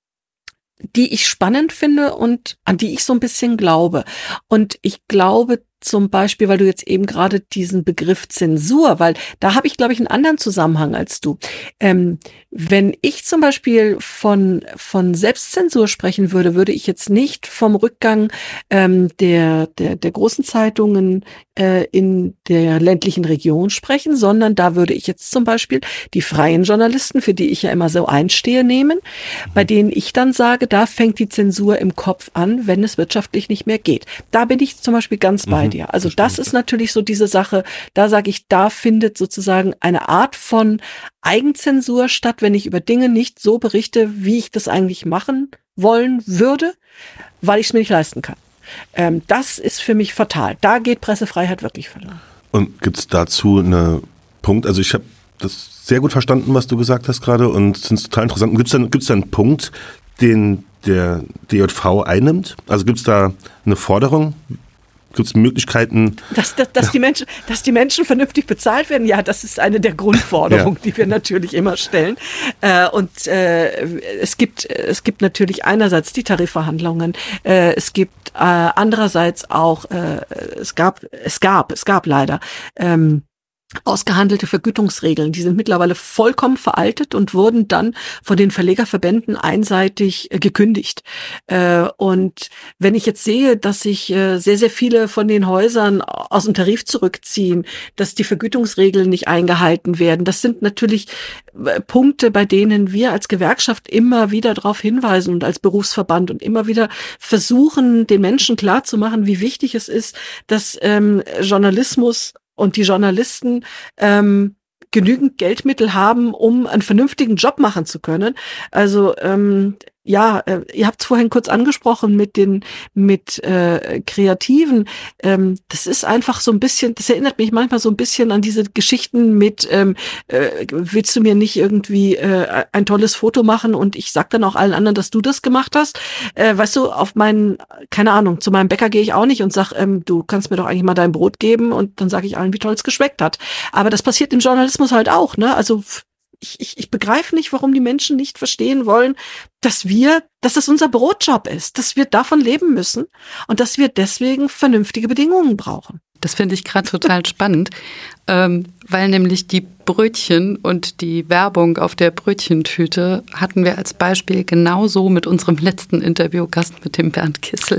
die ich spannend finde und an die ich so ein bisschen glaube. Und ich glaube zum Beispiel, weil du jetzt eben gerade diesen Begriff Zensur, weil da habe ich, glaube ich, einen anderen Zusammenhang als du. Ähm, wenn ich zum Beispiel von von Selbstzensur sprechen würde, würde ich jetzt nicht vom Rückgang ähm, der der der großen Zeitungen äh, in der ländlichen Region sprechen, sondern da würde ich jetzt zum Beispiel die freien Journalisten, für die ich ja immer so einstehe, nehmen, bei denen ich dann sage, da fängt die Zensur im Kopf an, wenn es wirtschaftlich nicht mehr geht. Da bin ich zum Beispiel ganz bei dir. Also das ist natürlich so diese Sache, da sage ich, da findet sozusagen eine Art von Eigenzensur statt, wenn ich über Dinge nicht so berichte, wie ich das eigentlich machen wollen würde, weil ich es mir nicht leisten kann. Ähm, das ist für mich fatal. Da geht Pressefreiheit wirklich verloren. Und gibt es dazu einen Punkt, also ich habe das sehr gut verstanden, was du gesagt hast gerade und es ist total interessant. Gibt es da, gibt's da einen Punkt, den der D J V einnimmt? Also gibt es da eine Forderung? Gibt es Möglichkeiten? Dass, dass, dass, die Menschen, dass die Menschen vernünftig bezahlt werden, ja, das ist eine der Grundforderungen, ja, die wir natürlich immer stellen. Äh, und äh, es gibt es gibt natürlich einerseits die Tarifverhandlungen, äh, es gibt äh, andererseits auch, äh, es gab, es gab, es gab leider ähm, ausgehandelte Vergütungsregeln, die sind mittlerweile vollkommen veraltet und wurden dann von den Verlegerverbänden einseitig äh, gekündigt. Äh, und wenn ich jetzt sehe, dass sich äh, sehr, sehr viele von den Häusern aus dem Tarif zurückziehen, dass die Vergütungsregeln nicht eingehalten werden, das sind natürlich äh, Punkte, bei denen wir als Gewerkschaft immer wieder darauf hinweisen und als Berufsverband und immer wieder versuchen, den Menschen klarzumachen, wie wichtig es ist, dass ähm, Journalismus und die Journalisten ähm, genügend Geldmittel haben, um einen vernünftigen Job machen zu können. Also ähm, ja, äh, ihr habt es vorhin kurz angesprochen mit den mit äh, Kreativen. Ähm, das ist einfach so ein bisschen, das erinnert mich manchmal so ein bisschen an diese Geschichten mit, ähm, äh, willst du mir nicht irgendwie äh, ein tolles Foto machen und ich sag dann auch allen anderen, dass du das gemacht hast. Äh, weißt du, auf meinen, keine Ahnung, zu meinem Bäcker gehe ich auch nicht und sag, ähm, du kannst mir doch eigentlich mal dein Brot geben und dann sage ich allen, wie toll es geschmeckt hat. Aber das passiert im Journalismus halt auch, ne? Also Ich, ich, ich begreife nicht, warum die Menschen nicht verstehen wollen, dass wir, dass es unser Brotjob ist, dass wir davon leben müssen und dass wir deswegen vernünftige Bedingungen brauchen. Das finde ich gerade total spannend, ähm, weil nämlich die Brötchen und die Werbung auf der Brötchentüte hatten wir als Beispiel genauso mit unserem letzten Interviewgast, mit dem Bernd Kissel.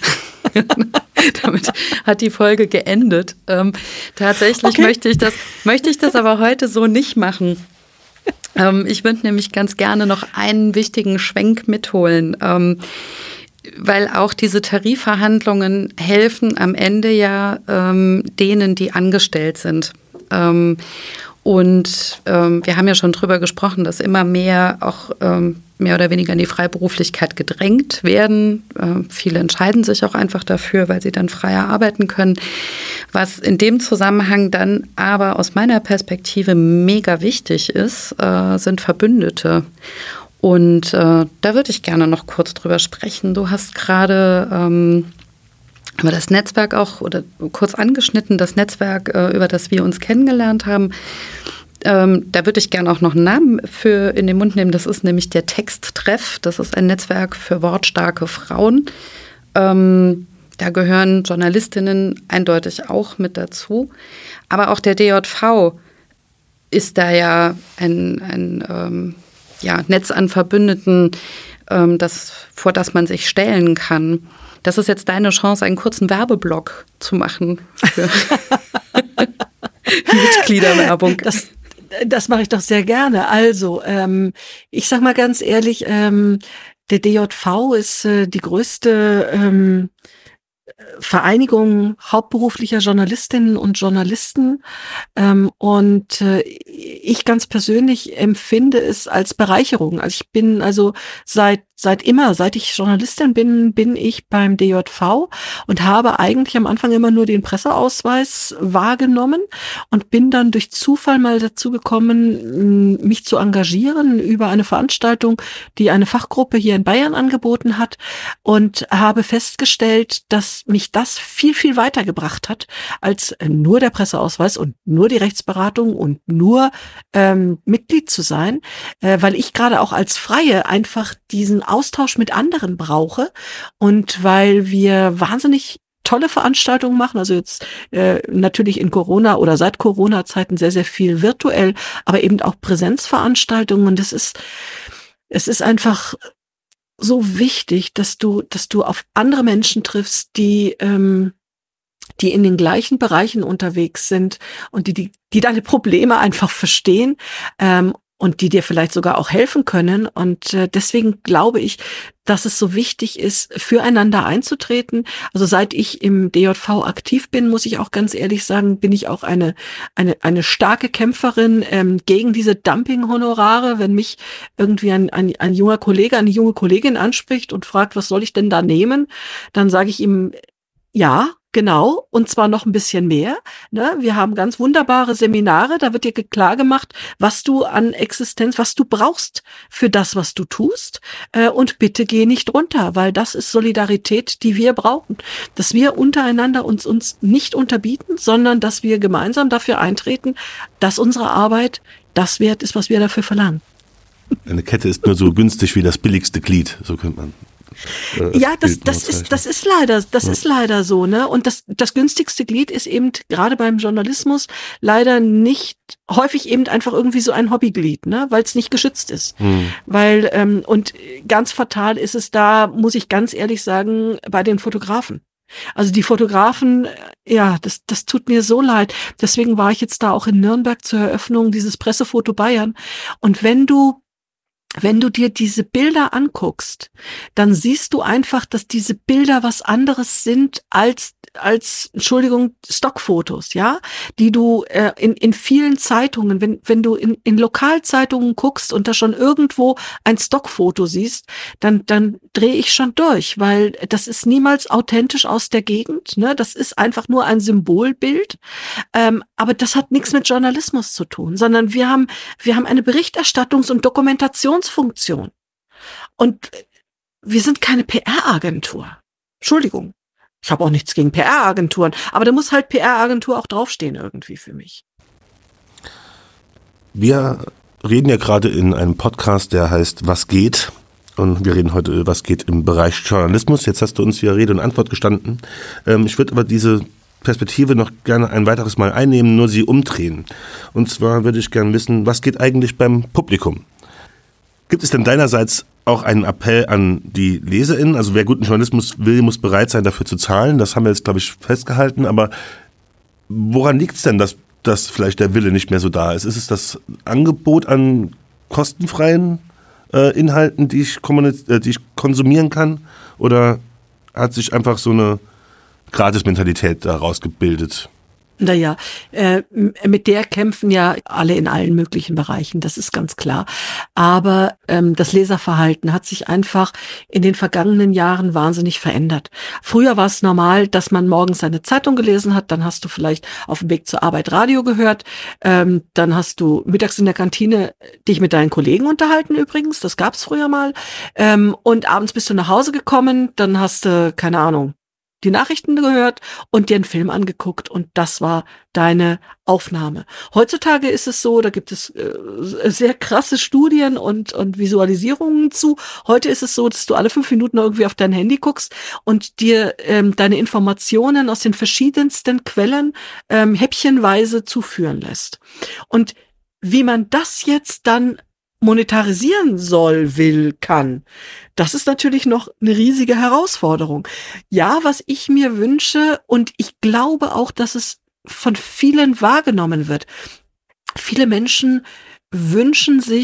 Damit hat die Folge geendet. Ähm, tatsächlich okay. möchte ich das, möchte ich das aber heute so nicht machen. Ähm, ich würde nämlich ganz gerne noch einen wichtigen Schwenk mitholen, ähm, weil auch diese Tarifverhandlungen helfen am Ende ja ähm, denen, die angestellt sind. Ähm, und ähm, wir haben ja schon drüber gesprochen, dass immer mehr auch ähm, mehr oder weniger in die Freiberuflichkeit gedrängt werden. Äh, viele entscheiden sich auch einfach dafür, weil sie dann freier arbeiten können. Was in dem Zusammenhang dann aber aus meiner Perspektive mega wichtig ist, äh, sind Verbündete. Und äh, da würde ich gerne noch kurz drüber sprechen. Du hast gerade ähm, über das Netzwerk auch oder kurz angeschnitten, das Netzwerk, äh, über das wir uns kennengelernt haben. Ähm, da würde ich gerne auch noch einen Namen für in den Mund nehmen. Das ist nämlich der Texttreff. Das ist ein Netzwerk für wortstarke Frauen. Ähm, da gehören Journalistinnen eindeutig auch mit dazu. Aber auch der D J V ist da ja ein, ein ähm, ja, Netz an Verbündeten, ähm, das, vor das man sich stellen kann. Das ist jetzt deine Chance, einen kurzen Werbeblock zu machen für Mitgliederwerbung. Das, das mache ich doch sehr gerne. Also, ähm, ich sag mal ganz ehrlich, ähm, der D J V ist äh, die größte ähm, Vereinigung hauptberuflicher Journalistinnen und Journalisten. Ähm, und äh, ich ganz persönlich empfinde es als Bereicherung. Also ich bin also seit Seit immer, seit ich Journalistin bin, bin ich beim D J V und habe eigentlich am Anfang immer nur den Presseausweis wahrgenommen und bin dann durch Zufall mal dazu gekommen, mich zu engagieren über eine Veranstaltung, die eine Fachgruppe hier in Bayern angeboten hat, und habe festgestellt, dass mich das viel, viel weitergebracht hat als nur der Presseausweis und nur die Rechtsberatung und nur ähm, Mitglied zu sein, äh, weil ich gerade auch als Freie einfach diesen Austausch mit anderen brauche und weil wir wahnsinnig tolle Veranstaltungen machen, also jetzt äh, natürlich in Corona oder seit Corona-Zeiten sehr, sehr viel virtuell, aber eben auch Präsenzveranstaltungen, und es ist, es ist einfach so wichtig, dass du, dass du auf andere Menschen triffst, die, ähm, die in den gleichen Bereichen unterwegs sind und die, die, die deine Probleme einfach verstehen, ähm, und die dir vielleicht sogar auch helfen können. Und äh, deswegen glaube ich, dass es so wichtig ist, füreinander einzutreten. Also seit ich im D J V aktiv bin, muss ich auch ganz ehrlich sagen, bin ich auch eine eine eine starke Kämpferin ähm, gegen diese Dumping-Honorare. Wenn mich irgendwie ein, ein ein junger Kollege, eine junge Kollegin anspricht und fragt, was soll ich denn da nehmen, dann sage ich ihm, ja, genau, und zwar noch ein bisschen mehr. Ne? Wir haben ganz wunderbare Seminare, da wird dir klar gemacht, was du an Existenz, was du brauchst für das, was du tust. Äh, und bitte geh nicht runter, weil das ist Solidarität, die wir brauchen. Dass wir untereinander uns uns nicht unterbieten, sondern dass wir gemeinsam dafür eintreten, dass unsere Arbeit das wert ist, was wir dafür verlangen. Eine Kette ist nur so günstig wie das billigste Glied, so könnte man. Äh, ja, das, das ist, das ist leider, das ja. ist leider so, ne? Und das, das günstigste Glied ist eben gerade beim Journalismus leider nicht, häufig eben einfach irgendwie so ein Hobbyglied, ne? Weil es nicht geschützt ist. Hm. Weil, ähm, und ganz fatal ist es da, muss ich ganz ehrlich sagen, bei den Fotografen. Also die Fotografen, ja, das, das tut mir so leid. Deswegen war ich jetzt da auch in Nürnberg zur Eröffnung dieses Pressefoto Bayern. Und wenn du Wenn du dir diese Bilder anguckst, dann siehst du einfach, dass diese Bilder was anderes sind als, als, Entschuldigung, Stockfotos, ja, die du äh, in, in vielen Zeitungen, wenn, wenn du in, in Lokalzeitungen guckst und da schon irgendwo ein Stockfoto siehst, dann, dann drehe ich schon durch, weil das ist niemals authentisch aus der Gegend, ne, das ist einfach nur ein Symbolbild, ähm, aber das hat nichts mit Journalismus zu tun, sondern wir haben, wir haben eine Berichterstattungs- und Dokumentations Funktion. Und wir sind keine P R-Agentur. Entschuldigung. Ich habe auch nichts gegen P R-Agenturen, aber da muss halt P R-Agentur auch draufstehen irgendwie für mich. Wir reden ja gerade in einem Podcast, der heißt Was geht? Und wir reden heute, was geht im Bereich Journalismus. Jetzt hast du uns hier Rede und Antwort gestanden. Ähm, ich würde aber diese Perspektive noch gerne ein weiteres Mal einnehmen, nur sie umdrehen. Und zwar würde ich gerne wissen, was geht eigentlich beim Publikum? Gibt es denn deinerseits auch einen Appell an die LeserInnen? Also wer guten Journalismus will, muss bereit sein, dafür zu zahlen. Das haben wir jetzt, glaube ich, festgehalten. Aber woran liegt es denn, dass, dass vielleicht der Wille nicht mehr so da ist? Ist es das Angebot an kostenfreien äh, Inhalten, die ich, kommuniz- äh, die ich konsumieren kann? Oder hat sich einfach so eine Gratis-Mentalität daraus gebildet? Naja, äh, mit der kämpfen ja alle in allen möglichen Bereichen, das ist ganz klar. Aber ähm, das Leserverhalten hat sich einfach in den vergangenen Jahren wahnsinnig verändert. Früher war es normal, dass man morgens eine Zeitung gelesen hat, dann hast du vielleicht auf dem Weg zur Arbeit Radio gehört, ähm, dann hast du mittags in der Kantine dich mit deinen Kollegen unterhalten übrigens, das gab's früher mal, ähm, und abends bist du nach Hause gekommen, dann hast du, keine Ahnung, die Nachrichten gehört und dir einen Film angeguckt und das war deine Aufnahme. Heutzutage ist es so, da gibt es äh, sehr krasse Studien und und Visualisierungen zu. Heute ist es so, dass du alle fünf Minuten irgendwie auf dein Handy guckst und dir ähm, deine Informationen aus den verschiedensten Quellen ähm, häppchenweise zuführen lässt. Und wie man das jetzt dann monetarisieren soll, will, kann. Das ist natürlich noch eine riesige Herausforderung. Ja, was ich mir wünsche, und ich glaube auch, dass es von vielen wahrgenommen wird. Viele Menschen wünschen sich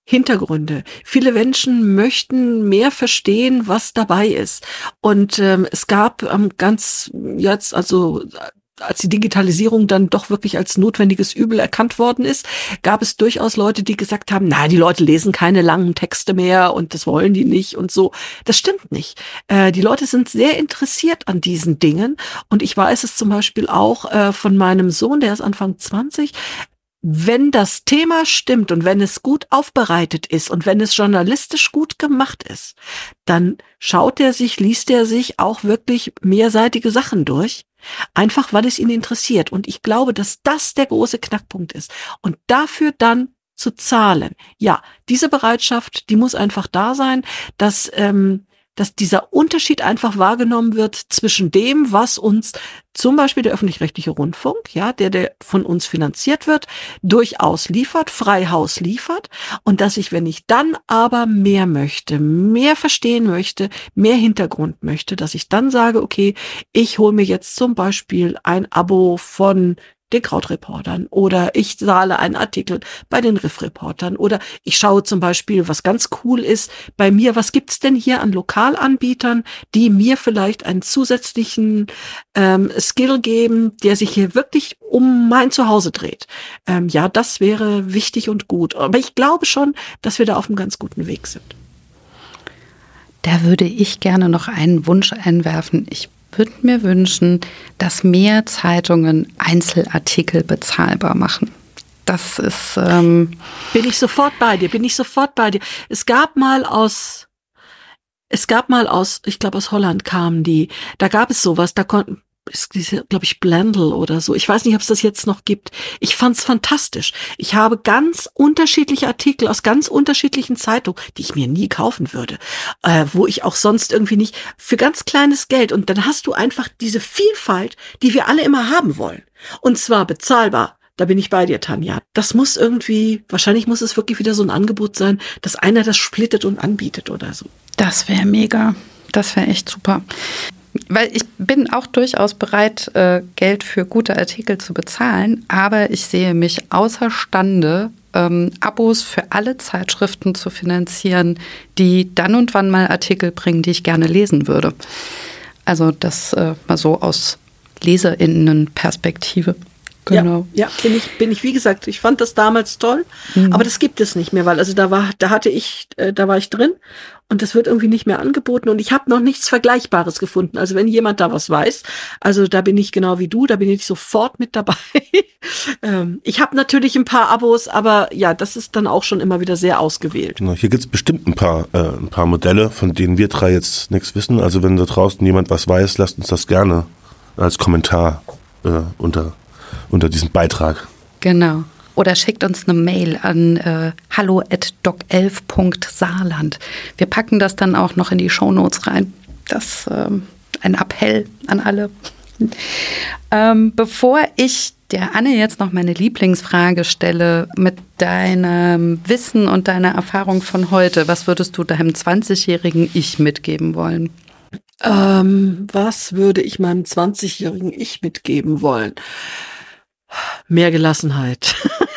Hintergründe. Viele Menschen möchten mehr verstehen, was dabei ist. Und ähm, es gab ähm, ganz jetzt, also als die Digitalisierung dann doch wirklich als notwendiges Übel erkannt worden ist, gab es durchaus Leute, die gesagt haben, na, die Leute lesen keine langen Texte mehr und das wollen die nicht und so. Das stimmt nicht. Äh, die Leute sind sehr interessiert an diesen Dingen und ich weiß es zum Beispiel auch äh, von meinem Sohn, der ist Anfang zwanzig, wenn das Thema stimmt und wenn es gut aufbereitet ist und wenn es journalistisch gut gemacht ist, dann schaut er sich, liest er sich auch wirklich mehrseitige Sachen durch. Einfach, weil es ihn interessiert. Und ich glaube, dass das der große Knackpunkt ist. Und dafür dann zu zahlen. Ja, diese Bereitschaft, die muss einfach da sein, dass, ähm, dass dieser Unterschied einfach wahrgenommen wird zwischen dem, was uns zum Beispiel der öffentlich-rechtliche Rundfunk, ja, der, der von uns finanziert wird, durchaus liefert, frei Haus liefert, und dass ich, wenn ich dann aber mehr möchte, mehr verstehen möchte, mehr Hintergrund möchte, dass ich dann sage, okay, ich hole mir jetzt zum Beispiel ein Abo von den Krautreportern oder ich zahle einen Artikel bei den Riff-Reportern oder ich schaue zum Beispiel, was ganz cool ist, bei mir, was gibt's denn hier an Lokalanbietern, die mir vielleicht einen zusätzlichen ähm, Skill geben, der sich hier wirklich um mein Zuhause dreht. Ähm, ja, das wäre wichtig und gut. Aber ich glaube schon, dass wir da auf einem ganz guten Weg sind. Da würde ich gerne noch einen Wunsch einwerfen. Ich würde mir wünschen, dass mehr Zeitungen Einzelartikel bezahlbar machen. Das ist... Ähm bin ich sofort bei dir, bin ich sofort bei dir. Es gab mal aus, es gab mal aus, ich glaube aus Holland kamen die, da gab es sowas, da konnten, glaube ich, Blendl oder so. Ich weiß nicht, ob es das jetzt noch gibt. Ich fand's fantastisch. Ich habe ganz unterschiedliche Artikel aus ganz unterschiedlichen Zeitungen, die ich mir nie kaufen würde, äh, wo ich auch sonst irgendwie nicht, für ganz kleines Geld. Und dann hast du einfach diese Vielfalt, die wir alle immer haben wollen. Und zwar bezahlbar. Da bin ich bei dir, Tanja. Das muss irgendwie, wahrscheinlich muss es wirklich wieder so ein Angebot sein, dass einer das splittet und anbietet oder so. Das wäre mega. Das wäre echt super. Weil ich bin auch durchaus bereit, Geld für gute Artikel zu bezahlen, aber ich sehe mich außerstande, ähm, Abos für alle Zeitschriften zu finanzieren, die dann und wann mal Artikel bringen, die ich gerne lesen würde. Also das äh, mal so aus LeserInnen-Perspektive. Genau. Ja, ja, bin ich, bin ich, wie gesagt, ich fand das damals toll, mhm. aber das gibt es nicht mehr, weil also da war, da hatte ich, äh, da war ich drin und das wird irgendwie nicht mehr angeboten und ich habe noch nichts Vergleichbares gefunden. Also wenn jemand da was weiß, also da bin ich genau wie du, da bin ich sofort mit dabei. ähm, ich habe natürlich ein paar Abos, aber ja, das ist dann auch schon immer wieder sehr ausgewählt. Genau, hier gibt's bestimmt ein paar, äh, ein paar Modelle, von denen wir drei jetzt nichts wissen. Also wenn da draußen jemand was weiß, lasst uns das gerne als Kommentar äh, unter unter diesem Beitrag. Genau. Oder schickt uns eine Mail an äh, hallo at doc elf punkt saarland. Wir packen das dann auch noch in die Shownotes rein. Das ist ähm, ein Appell an alle. ähm, bevor ich der Anne jetzt noch meine Lieblingsfrage stelle, mit deinem Wissen und deiner Erfahrung von heute, was würdest du deinem zwanzigjährigen Ich mitgeben wollen? Ähm, was würde ich meinem zwanzigjährigen Ich mitgeben wollen? Mehr Gelassenheit.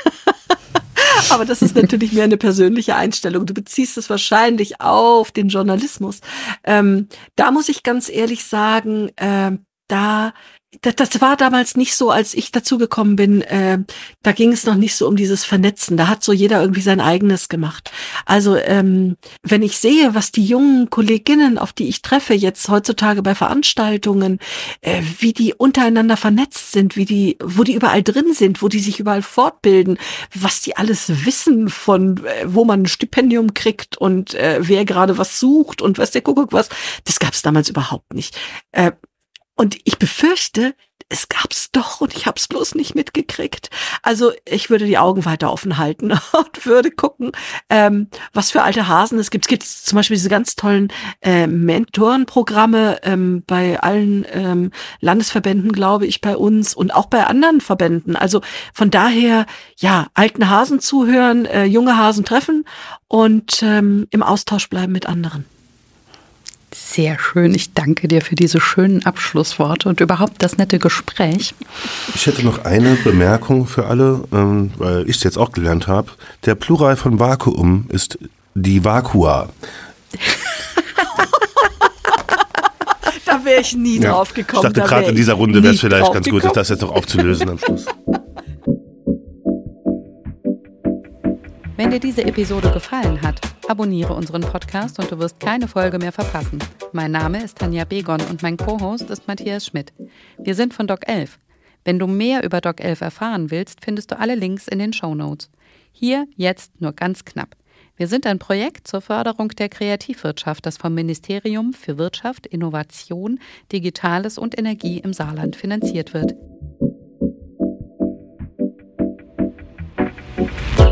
Aber das ist natürlich mehr eine persönliche Einstellung. Du beziehst es wahrscheinlich auf den Journalismus. Ähm, da muss ich ganz ehrlich sagen, äh, da Das, das war damals nicht so, als ich dazugekommen bin, äh, da ging es noch nicht so um dieses Vernetzen. Da hat so jeder irgendwie sein eigenes gemacht. Also ähm, wenn ich sehe, was die jungen Kolleginnen, auf die ich treffe jetzt heutzutage bei Veranstaltungen, äh, wie die untereinander vernetzt sind, wie die, wo die überall drin sind, wo die sich überall fortbilden, was die alles wissen von, äh, wo man ein Stipendium kriegt und äh, wer gerade was sucht und was der Kuckuck was, das gab es damals überhaupt nicht. Äh, Und ich befürchte, es gab's doch und ich habe es bloß nicht mitgekriegt. Also ich würde die Augen weiter offen halten und würde gucken, ähm, was für alte Hasen es gibt. Es gibt zum Beispiel diese ganz tollen äh, Mentorenprogramme ähm, bei allen ähm, Landesverbänden, glaube ich, bei uns und auch bei anderen Verbänden. Also von daher, ja, alten Hasen zuhören, äh, junge Hasen treffen und ähm, im Austausch bleiben mit anderen. Sehr schön. Ich danke dir für diese schönen Abschlussworte und überhaupt das nette Gespräch. Ich hätte noch eine Bemerkung für alle, ähm, weil ich es jetzt auch gelernt habe. Der Plural von Vakuum ist die Vakua. Da wäre ich nie ja. drauf gekommen. Ich dachte gerade in dieser Runde wäre es vielleicht ganz gut, sich das jetzt noch aufzulösen am Schluss. Wenn dir diese Episode gefallen hat, abonniere unseren Podcast und du wirst keine Folge mehr verpassen. Mein Name ist Tanja Begon und mein Co-Host ist Matthias Schmidt. Wir sind von Doc elf. Wenn du mehr über Doc elf erfahren willst, findest du alle Links in den Shownotes. Hier jetzt nur ganz knapp. Wir sind ein Projekt zur Förderung der Kreativwirtschaft, das vom Ministerium für Wirtschaft, Innovation, Digitales und Energie im Saarland finanziert wird.